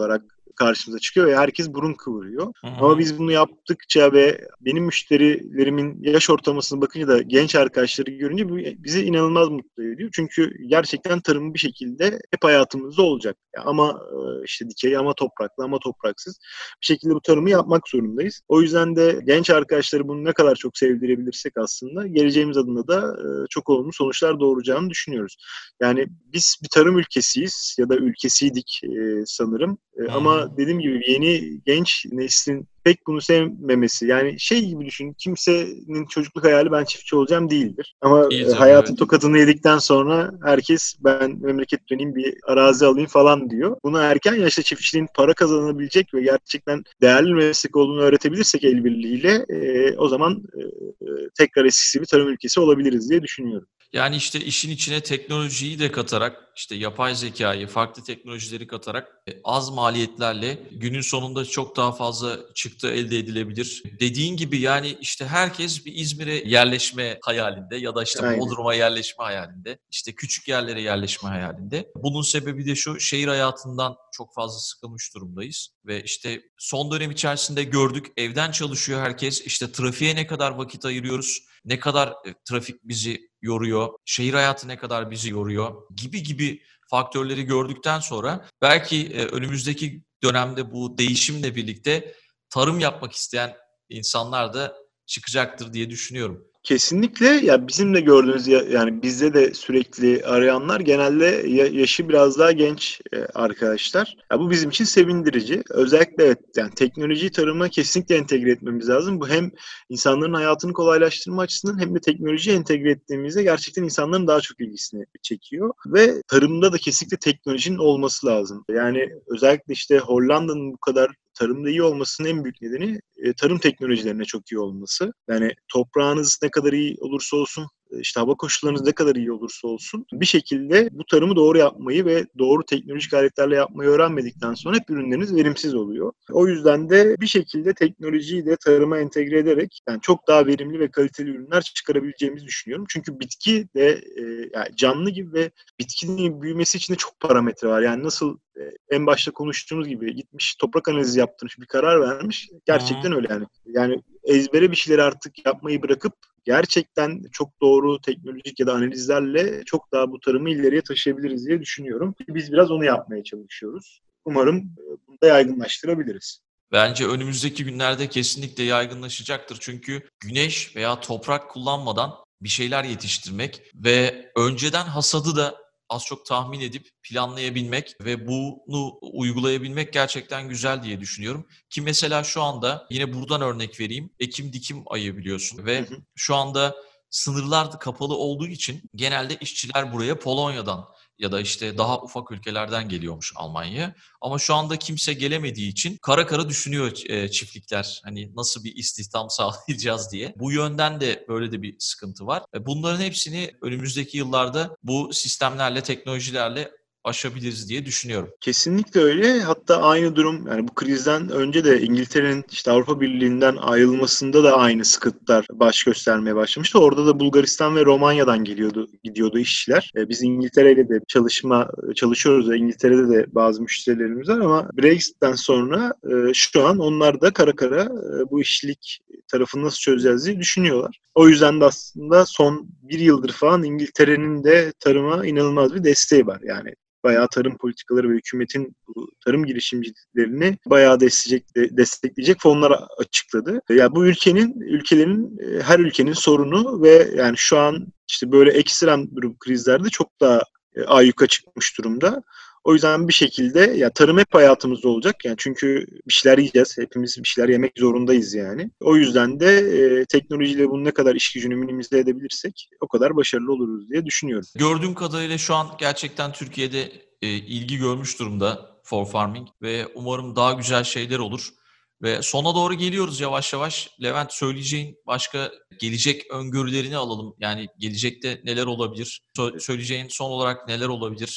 karşımıza çıkıyor ve herkes burun kıvırıyor. Hı hı. Ama biz bunu yaptıkça ve benim müşterilerimin yaş ortalamasına bakınca da genç arkadaşları görünce bu bizi inanılmaz mutlu ediyor. Çünkü gerçekten tarım bir şekilde hep hayatımızda olacak. Ama işte dikey, ama topraklı, ama topraksız bir şekilde bu tarımı yapmak zorundayız. O yüzden de genç arkadaşları bunu ne kadar çok sevdirebilirsek aslında geleceğimiz adına da çok olumlu sonuçlar doğuracağını düşünüyoruz. Yani biz bir tarım ülkesiyiz ya da ülkesiydik sanırım. Hı-hı. Ama dediğim gibi yeni genç neslin pek bunu sevmemesi. Yani şey gibi düşün, kimsenin çocukluk hayali ben çiftçi olacağım değildir. Ama İyi tabii, hayatın evet. tokadını yedikten sonra herkes ben memleket döneyim bir arazi alayım falan diyor. Bunu erken yaşta çiftçiliğin para kazanabilecek ve gerçekten değerli bir meslek olduğunu öğretebilirsek el birliğiyle e, o zaman e, tekrar eskisi bir tarım ülkesi olabiliriz diye düşünüyorum. Yani işte işin içine teknolojiyi de katarak, işte yapay zekayı, farklı teknolojileri katarak az maliyetlerle günün sonunda çok daha fazla çıktı elde edilebilir. Dediğin gibi yani işte herkes bir İzmir'e yerleşme hayalinde ya da işte Aynen. Bodrum'a yerleşme hayalinde, işte küçük yerlere yerleşme hayalinde. Bunun sebebi de şu, şehir hayatından çok fazla sıkılmış durumdayız ve işte son dönem içerisinde gördük, evden çalışıyor herkes, işte trafiğe ne kadar vakit ayırıyoruz, ne kadar e, trafik bizi yoruyor, şehir hayatı ne kadar bizi yoruyor gibi gibi faktörleri gördükten sonra belki e, önümüzdeki dönemde bu değişimle birlikte tarım yapmak isteyen insanlar da çıkacaktır diye düşünüyorum. Kesinlikle ya bizim de gördüğünüz ya, yani bizde de sürekli arayanlar genelde ya, yaşı biraz daha genç e, arkadaşlar. Ya bu bizim için sevindirici. Özellikle evet yani teknolojiyi tarıma kesinlikle entegre etmemiz lazım. Bu hem insanların hayatını kolaylaştırma açısından hem de teknolojiyi entegre ettiğimizde gerçekten insanların daha çok ilgisini çekiyor. Ve tarımda da kesinlikle teknolojinin olması lazım. Yani özellikle işte Hollanda'nın bu kadar tarımda iyi olmasının en büyük nedeni e, tarım teknolojilerine çok iyi olması. Yani toprağınız ne kadar iyi olursa olsun, işte hava koşullarınız ne kadar iyi olursa olsun bir şekilde bu tarımı doğru yapmayı ve doğru teknolojik aletlerle yapmayı öğrenmedikten sonra hep ürünleriniz verimsiz oluyor. O yüzden de bir şekilde teknolojiyi de tarıma entegre ederek yani çok daha verimli ve kaliteli ürünler çıkarabileceğimizi düşünüyorum. Çünkü bitki de e, yani canlı gibi ve bitkinin büyümesi için de çok parametre var. Yani nasıl e, en başta konuştuğumuz gibi gitmiş toprak analizi yaptırmış bir karar vermiş. Gerçekten Hı-hı. öyle yani. Yani ezbere bir şeyleri artık yapmayı bırakıp gerçekten çok doğru teknolojik ya da analizlerle çok daha bu tarımı ileriye taşıyabiliriz diye düşünüyorum. Biz biraz onu yapmaya çalışıyoruz. Umarım bunu da yaygınlaştırabiliriz. Bence önümüzdeki günlerde kesinlikle yaygınlaşacaktır. Çünkü güneş veya toprak kullanmadan bir şeyler yetiştirmek ve önceden hasadı da az çok tahmin edip planlayabilmek ve bunu uygulayabilmek gerçekten güzel diye düşünüyorum. Ki mesela şu anda yine buradan örnek vereyim. Ekim-dikim ayı biliyorsun ve Hı hı. şu anda sınırlar da kapalı olduğu için genelde işçiler buraya Polonya'dan ya da işte daha ufak ülkelerden geliyormuş Almanya'ya. Ama şu anda kimse gelemediği için kara kara düşünüyor e, çiftlikler. Hani nasıl bir istihdam sağlayacağız diye. Bu yönden de böyle de bir sıkıntı var. E, bunların hepsini önümüzdeki yıllarda bu sistemlerle, teknolojilerle aşabiliriz diye düşünüyorum. Kesinlikle öyle. Hatta aynı durum yani bu krizden önce de İngiltere'nin işte Avrupa Birliği'nden ayrılmasında da aynı sıkıntılar baş göstermeye başlamıştı. Orada da Bulgaristan ve Romanya'dan geliyordu gidiyordu işçiler. E, biz İngiltere'yle de çalışma çalışıyoruz. İngiltere'de de bazı müşterilerimiz var ama Brexit'ten sonra e, şu an onlar da kara kara e, bu işçilik tarafını nasıl çözeceğiz diye düşünüyorlar. O yüzden de aslında son bir yıldır falan İngiltere'nin de tarıma inanılmaz bir desteği var. Yani bayağı tarım politikaları ve hükümetin bu tarım girişimcilerini bayağı destekleyecek, destekleyecek fonlar açıkladı. Ya yani bu ülkenin, ülkelerin, her ülkenin sorunu ve yani şu an işte böyle ekstrem durum krizlerde çok daha ayyuka çıkmış durumda. O yüzden bir şekilde ya tarım hep hayatımızda olacak. Yani çünkü bir şeyler yiyeceğiz. Hepimiz bir şeyler yemek zorundayız yani. O yüzden de e, teknolojiyle bunu ne kadar iş gücünü minimize edebilirsek o kadar başarılı oluruz diye düşünüyorum. Gördüğüm kadarıyla şu an gerçekten Türkiye'de e, ilgi görmüş durumda for farming ve umarım daha güzel şeyler olur. Ve sona doğru geliyoruz yavaş yavaş. Levent, söyleyeceğin başka gelecek öngörülerini alalım. Yani gelecekte neler olabilir? Sö- söyleyeceğin son olarak neler olabilir?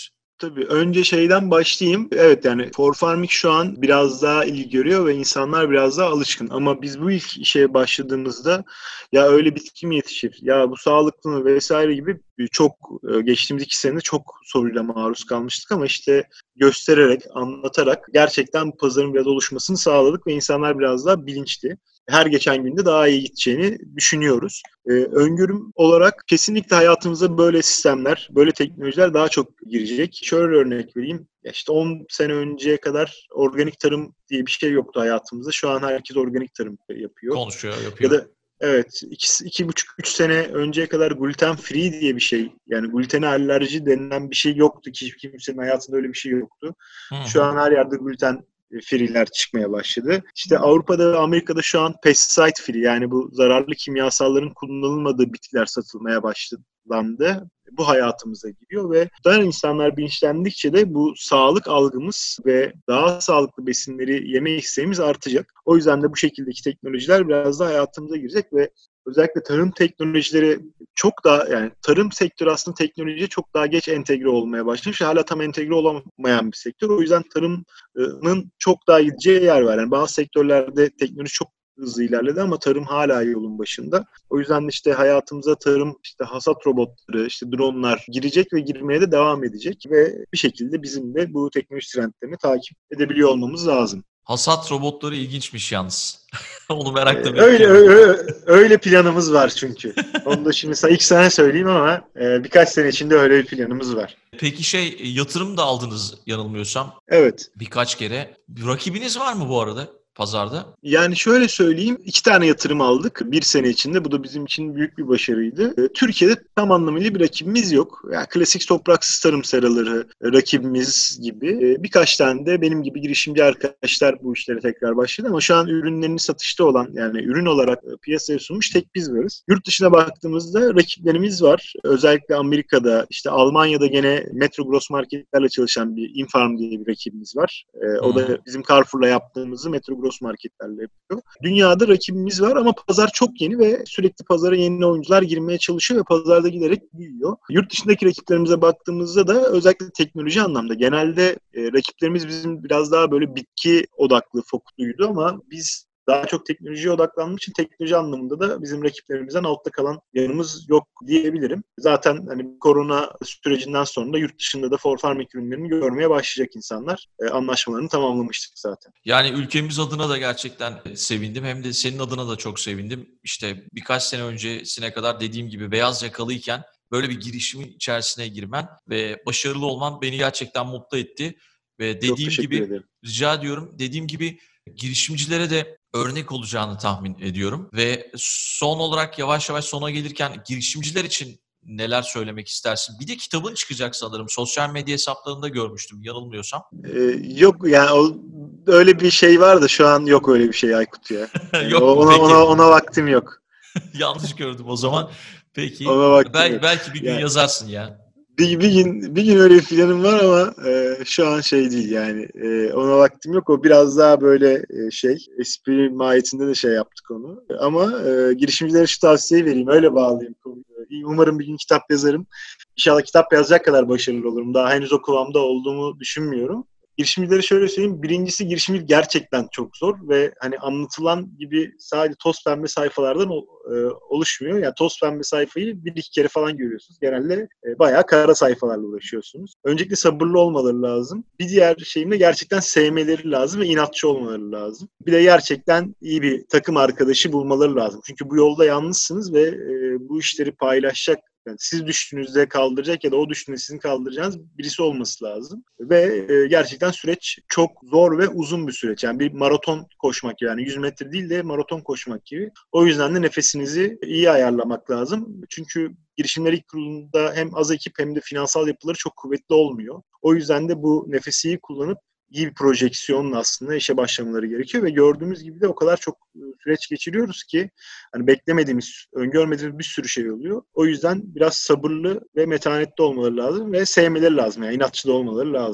Tabii. Önce şeyden başlayayım. Evet, yani for farming şu an biraz daha ilgi görüyor ve insanlar biraz daha alışkın. Ama biz bu ilk işe başladığımızda ya öyle bitki mi yetişir, ya bu sağlıklı mı vesaire gibi çok e, geçtiğimiz iki senede çok soruyla maruz kalmıştık ama işte göstererek, anlatarak gerçekten bu pazarın biraz oluşmasını sağladık ve insanlar biraz daha bilinçli. Her geçen günde daha iyi gideceğini düşünüyoruz. Ee, öngörüm olarak kesinlikle hayatımıza böyle sistemler, böyle teknolojiler daha çok girecek. Şöyle örnek vereyim. Ya işte on sene önceye kadar organik tarım diye bir şey yoktu hayatımızda. Şu an herkes organik tarım yapıyor. Konuşuyor, Ya yapıyor. da evet, iki, iki buçuk, üç sene önceye kadar gluten free diye bir şey, yani glutene alerji denilen bir şey yoktu ki kimsenin hayatında öyle bir şey yoktu. Hı Şu hı. an her yerde gluten free'ler çıkmaya başladı. İşte Avrupa'da ve Amerika'da şu an pesticide free, yani bu zararlı kimyasalların kullanılmadığı bitkiler satılmaya başlandı. Bu hayatımıza giriyor ve daha insanlar bilinçlendikçe de bu sağlık algımız ve daha sağlıklı besinleri yeme isteğimiz artacak. O yüzden de bu şekildeki teknolojiler biraz daha hayatımıza girecek ve özellikle tarım teknolojileri çok daha, yani tarım sektörü aslında teknolojiye çok daha geç entegre olmaya başlamış. Hala tam entegre olamayan bir sektör. O yüzden tarımın çok daha gideceği yer var. Yani bazı sektörlerde teknoloji çok hızlı ilerledi ama tarım hala yolun başında. O yüzden de işte hayatımıza tarım, işte hasat robotları, işte dronlar girecek ve girmeye de devam edecek ve bir şekilde bizim de bu teknoloji trendlerini takip edebiliyor olmamız lazım. Hasat robotları ilginçmiş yalnız. Onu Ee, merakla öyle bekliyorum. öyle öyle planımız var çünkü. Onu da şimdi sana ilk sene söyleyeyim ama e, birkaç sene içinde öyle bir planımız var. Peki şey, yatırım da aldınız yanılmıyorsam Evet. birkaç kere. Rakibiniz var mı bu arada pazarda? Yani şöyle söyleyeyim, iki tane yatırım aldık bir sene içinde. Bu da bizim için büyük bir başarıydı. Ee, Türkiye'de tam anlamıyla bir rakibimiz yok. Yani klasik topraksız tarım seraları rakibimiz gibi. Ee, birkaç tane de benim gibi girişimci arkadaşlar bu işlere tekrar başladı ama şu an ürünlerini satışta olan, yani ürün olarak piyasaya sunmuş tek biz varız. Yurt dışına baktığımızda rakiplerimiz var. Özellikle Amerika'da, işte Almanya'da gene Metro Gross marketlerle çalışan bir Infarm diye bir rakibimiz var. Ee, o da bizim Carrefour'la yaptığımızı Metro Gross marketlerle yapıyor. Dünyada rakibimiz var ama pazar çok yeni ve sürekli pazara yeni oyuncular girmeye çalışıyor ve pazarda giderek büyüyor. Yurt dışındaki rakiplerimize baktığımızda da özellikle teknoloji anlamda genelde e, rakiplerimiz bizim biraz daha böyle bitki odaklı, fokusluydu ama biz daha çok teknolojiye odaklanmış için teknoloji anlamında da bizim rakiplerimizden altta kalan yanımız yok diyebilirim. Zaten hani korona sürecinden sonra da yurt dışında da for farming ürünlerini görmeye başlayacak insanlar. E, anlaşmalarını tamamlamıştık zaten. Yani ülkemiz adına da gerçekten sevindim. Hem de senin adına da çok sevindim. İşte birkaç sene öncesine kadar dediğim gibi beyaz yakalıyken böyle bir girişimin içerisine girmen ve başarılı olman beni gerçekten mutlu etti. Ve Çok dediğim teşekkür gibi, ederim. rica ediyorum, dediğim gibi girişimcilere de örnek olacağını tahmin ediyorum. Ve son olarak yavaş yavaş sona gelirken girişimciler için neler söylemek istersin? Bir de kitabın çıkacak sanırım. Sosyal medya hesaplarında görmüştüm yanılmıyorsam. Ee, yok yani o, öyle bir şey var da şu an yok öyle bir şey Aykut ya. Yani Yok mu ona, peki? ona, ona vaktim yok. Yanlış gördüm o zaman. Peki. Ona vaktim Bel yok. belki bir gün Yani yazarsın ya. bir, bir gün bir gün öyle bir planım var ama e, şu an şey değil yani. E, ona vaktim yok. O biraz daha böyle e, şey espri mahiyetinde de şey yaptık onu. Ama e, girişimcilere şu tavsiyeyi vereyim. Öyle bağlayayım konuyu. Umarım bir gün kitap yazarım. İnşallah kitap yazacak kadar başarılı olurum. Daha henüz o kıvamda olduğumu düşünmüyorum. Girişimcilere şöyle söyleyeyim. Birincisi, girişimcilik gerçekten çok zor ve hani anlatılan gibi sadece toz pembe sayfalardan e, oluşmuyor. Yani toz pembe sayfayı bir iki kere falan görüyorsunuz. Genelde e, bayağı kara sayfalarla uğraşıyorsunuz. Öncelikle sabırlı olmaları lazım. Bir diğer şeyim de gerçekten sevmeleri lazım ve inatçı olmaları lazım. Bir de gerçekten iyi bir takım arkadaşı bulmaları lazım. Çünkü bu yolda yalnızsınız ve e, bu işleri paylaşacak, yani siz düştüğünüzde kaldıracak ya da o düştüğünde sizin kaldıracağınız birisi olması lazım. Ve e, gerçekten süreç çok zor ve uzun bir süreç. Yani bir maraton koşmak, yani yüz metre değil de maraton koşmak gibi. O yüzden de nefesinizi iyi ayarlamak lazım. Çünkü girişimler ilk kurulunda hem az ekip hem de finansal yapıları çok kuvvetli olmuyor. O yüzden de bu nefesi iyi kullanıp iyi bir projeksiyonla aslında işe başlamaları gerekiyor ve gördüğümüz gibi de o kadar çok süreç geçiriyoruz ki hani beklemediğimiz, öngörmediğimiz bir sürü şey oluyor. O yüzden biraz sabırlı ve metanetli olmaları lazım ve sevmeleri lazım. Yani inatçı da olmaları lazım.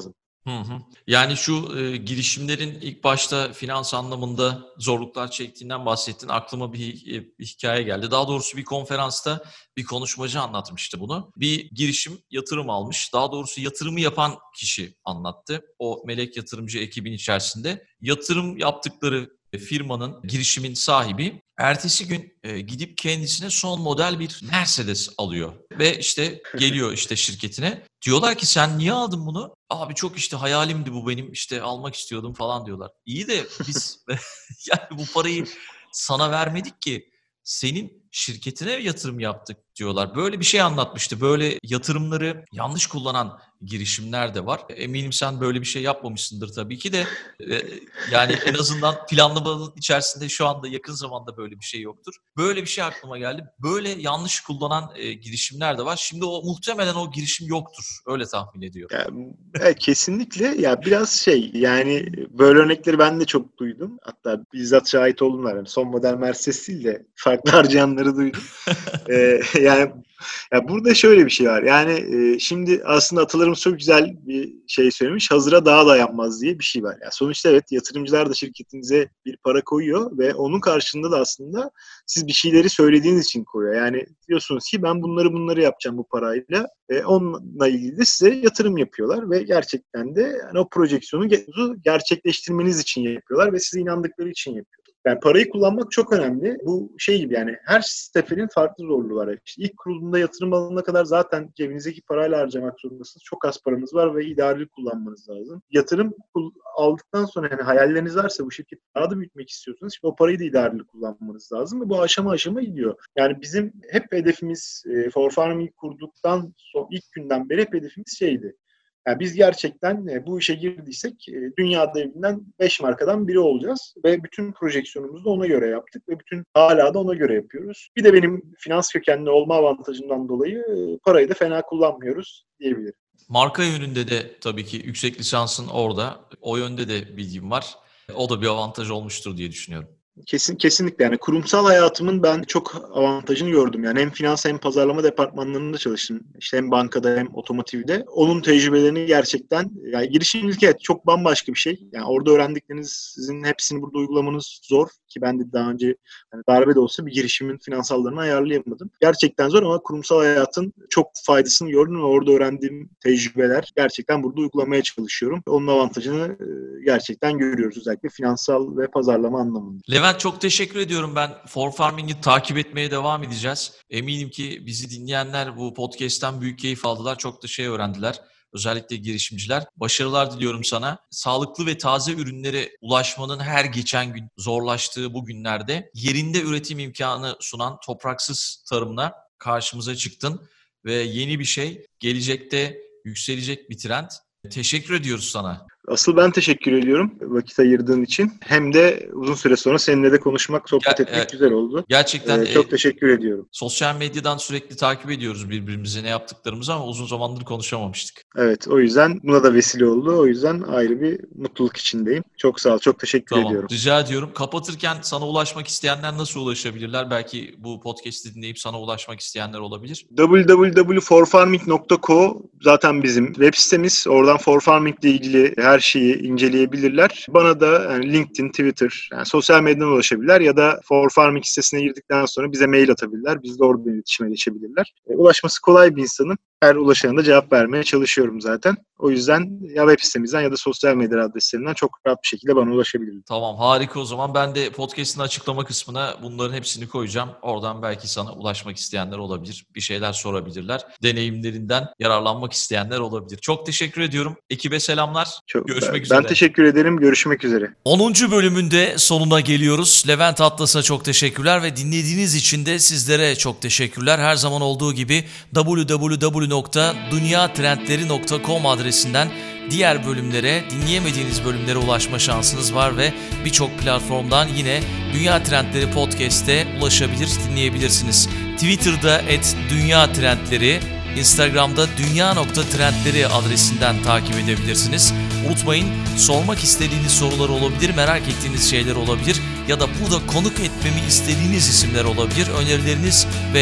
Hı hı. Yani şu e, girişimlerin ilk başta finans anlamında zorluklar çektiğinden bahsettin. Aklıma bir, hi- bir hikaye geldi. Daha doğrusu bir konferansta bir konuşmacı anlatmıştı bunu. Bir girişim yatırım almış. Daha doğrusu yatırımı yapan kişi anlattı. O melek yatırımcı ekibin içerisinde yatırım yaptıkları firmanın, girişimin sahibi ertesi gün e, gidip kendisine son model bir Mercedes alıyor. Ve işte geliyor işte şirketine. Diyorlar ki sen niye aldın bunu? Abi çok işte hayalimdi bu benim, işte almak istiyordum falan diyorlar. İyi de biz yani bu parayı sana vermedik ki, senin şirketine yatırım yaptık diyorlar. Böyle bir şey anlatmıştı. Böyle yatırımları yanlış kullanan girişimler de var. Eminim sen böyle bir şey yapmamışsındır tabii ki de. E, Yani en azından planlamanın içerisinde şu anda yakın zamanda böyle bir şey yoktur. Böyle bir şey aklıma geldi. Böyle yanlış kullanan e, girişimler de var. Şimdi o muhtemelen o girişim yoktur. Öyle tahmin ediyorum. Ya, evet, kesinlikle. Ya biraz şey, yani böyle örnekleri ben de çok duydum. Hatta bizzat şahit oldum. Yani son model Mercedes değil de farklı harcayanları duydum. Ee, yani ya burada şöyle bir şey var. Yani e, şimdi aslında atalarımız çok güzel bir şey söylemiş. Hazıra daha dayanmaz diye bir şey var. Yani sonuçta evet, yatırımcılar da şirketinize bir para koyuyor ve onun karşılığında da aslında siz bir şeyleri söylediğiniz için koyuyor. Yani diyorsunuz ki ben bunları bunları yapacağım bu parayla. E, onunla ilgili de size yatırım yapıyorlar ve gerçekten de yani o projeksiyonu gerçekleştirmeniz için yapıyorlar ve size inandıkları için yapıyorlar. Yani parayı kullanmak çok önemli. Bu şey gibi, yani her seferin farklı zorluğu var. İşte ilk kurulunda yatırım alana kadar zaten cebinizdeki parayla harcamak zorundasınız. Çok az paranız var ve idareli kullanmanız lazım. Yatırım aldıktan sonra yani hayalleriniz varsa, bu şirketi daha da büyütmek istiyorsanız, işte o parayı da idareli kullanmanız lazım ve bu aşama aşama gidiyor. Yani bizim hep hedefimiz e, For Farming kurduktan son ilk günden beri hep hedefimiz şeydi. Yani biz gerçekten e, bu işe girdiysek e, dünya devinden beş markadan biri olacağız ve bütün projeksiyonumuzu da ona göre yaptık ve bütün hala da ona göre yapıyoruz. Bir de benim finans kökenli olma avantajından dolayı e, parayı da fena kullanmıyoruz diyebilirim. Marka yönünde de tabii ki yüksek lisansın orada. O yönde de bilgim var. O da bir avantaj olmuştur diye düşünüyorum. Kesin kesinlikle, yani kurumsal hayatımın ben çok avantajını gördüm. Yani hem finans hem pazarlama departmanlarında çalıştım. İşte hem bankada hem otomotivde. Onun tecrübelerini gerçekten, yani girişimcilik evet çok bambaşka bir şey. Yani orada öğrendiklerinizin hepsini burada uygulamanız zor ki ben de daha önce yani darbe de olsa bir girişimin finansallarını ayarlayamadım. Gerçekten zor ama kurumsal hayatın çok faydasını gördüm ve orada öğrendiğim tecrübeler gerçekten burada uygulamaya çalışıyorum. Onun avantajını gerçekten görüyoruz, özellikle finansal ve pazarlama anlamında. Levent, çok teşekkür ediyorum. Ben For Farming'i takip etmeye devam edeceğiz. Eminim ki bizi dinleyenler bu podcast'ten büyük keyif aldılar. Çok da şey öğrendiler. Özellikle girişimciler. Başarılar diliyorum sana. Sağlıklı ve taze ürünlere ulaşmanın her geçen gün zorlaştığı bu günlerde yerinde üretim imkanı sunan Topraksız Tarım'la karşımıza çıktın. Ve yeni bir şey, gelecekte yükselecek bir trend. Teşekkür ediyoruz sana. Asıl ben teşekkür ediyorum vakit ayırdığın için. Hem de uzun süre sonra seninle de konuşmak, sohbet Ya, etmek e, güzel oldu. Gerçekten Ee, çok e, teşekkür ediyorum. sosyal medyadan sürekli takip ediyoruz birbirimizi, ne yaptıklarımızı, ama uzun zamandır konuşamamıştık. Evet, o yüzden buna da vesile oldu. O yüzden ayrı bir mutluluk içindeyim. Çok sağ ol, çok teşekkür Tamam, ediyorum. rica ediyorum. Kapatırken sana ulaşmak isteyenler nasıl ulaşabilirler? Belki bu podcast'i dinleyip sana ulaşmak isteyenler olabilir. double-u double-u double-u nokta for farming nokta co zaten bizim web sitemiz. Oradan For Farming ile ilgili her şeyi inceleyebilirler. Bana da yani LinkedIn, Twitter, yani sosyal medyadan ulaşabilirler ya da For Farming sitesine girdikten sonra bize mail atabilirler. Biz de orada iletişime geçebilirler. E, ulaşması kolay bir insanım. Her ulaşana da cevap vermeye çalışıyorum zaten. O yüzden ya web sitemizden ya da sosyal medya adreslerinden çok rahat bir şekilde bana ulaşabilirler. Tamam, harika o zaman. Ben de podcast'in açıklama kısmına bunların hepsini koyacağım. Oradan belki sana ulaşmak isteyenler olabilir. Bir şeyler sorabilirler. Deneyimlerinden yararlanmak isteyenler olabilir. Çok teşekkür ediyorum. Ekibe selamlar. Çok, Görüşmek ben, üzere. Ben teşekkür ederim. Görüşmek üzere. onuncu bölümünde sonuna geliyoruz. Levent Atlas'a çok teşekkürler ve dinlediğiniz için de sizlere çok teşekkürler. Her zaman olduğu gibi double-u double-u double-u nokta dünya trendleri nokta com adresinden diğer bölümlere, dinleyemediğiniz bölümlere ulaşma şansınız var ve birçok platformdan yine Dünya Trendleri Podcast'te ulaşabilir, dinleyebilirsiniz. Twitter'da et dünya trendleri, Instagram'da dünya nokta trendleri adresinden takip edebilirsiniz. Unutmayın, sormak istediğiniz sorular olabilir, merak ettiğiniz şeyler olabilir ya da burada konuk etmemi istediğiniz isimler olabilir. Önerileriniz ve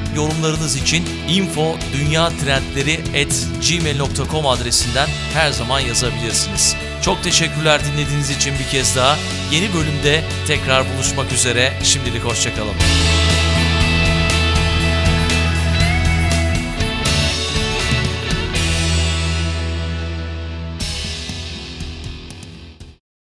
yorumlarınız için info dünyatrendleri at gmail nokta com adresinden her zaman yazabilirsiniz. Çok teşekkürler dinlediğiniz için bir kez daha. Yeni bölümde tekrar buluşmak üzere. Şimdilik hoşça kalın.